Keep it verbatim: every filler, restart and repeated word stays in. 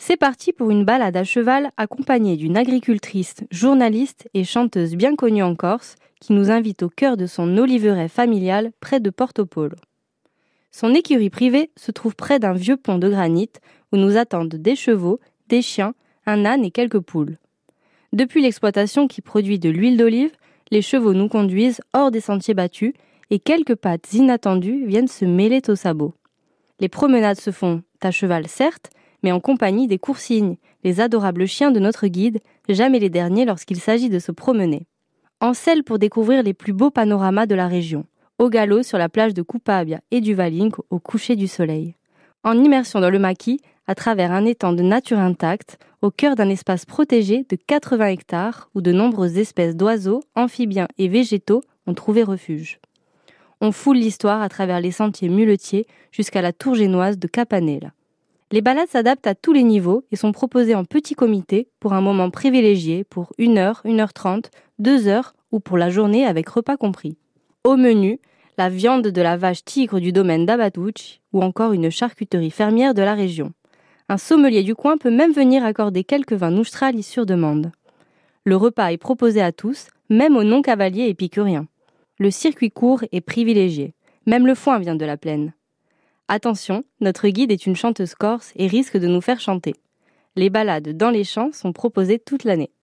C'est parti pour une balade à cheval accompagnée d'une agricultrice, journaliste et chanteuse bien connue en Corse qui nous invite au cœur de son oliveraie familial près de Portopolo. Son écurie privée se trouve près d'un vieux pont de granit où nous attendent des chevaux, des chiens, un âne et quelques poules. Depuis l'exploitation qui produit de l'huile d'olive, les chevaux nous conduisent hors des sentiers battus et quelques pattes inattendues viennent se mêler aux sabots. Les promenades se font à cheval certes, mais en compagnie des coursignes, les adorables chiens de notre guide, jamais les derniers lorsqu'il s'agit de se promener. En selle pour découvrir les plus beaux panoramas de la région, au galop sur la plage de Kupabia et du Valinque au coucher du soleil. En immersion dans le maquis, à travers un étang de nature intacte, au cœur d'un espace protégé de quatre-vingts hectares où de nombreuses espèces d'oiseaux, amphibiens et végétaux ont trouvé refuge. On foule l'histoire à travers les sentiers muletiers jusqu'à la tour génoise de Capanela. Les balades s'adaptent à tous les niveaux et sont proposées en petits comités pour un moment privilégié pour une heure, une heure trente, deux heures ou pour la journée avec repas compris. Au menu, la viande de la vache tigre du domaine d'Abatucci ou encore une charcuterie fermière de la région. Un sommelier du coin peut même venir accorder quelques vins noustralis sur demande. Le repas est proposé à tous, même aux non-cavaliers épicuriens. Le circuit court est privilégié. Même le foin vient de la plaine. Attention, notre guide est une chanteuse corse et risque de nous faire chanter. Les balades dans les champs sont proposées toute l'année.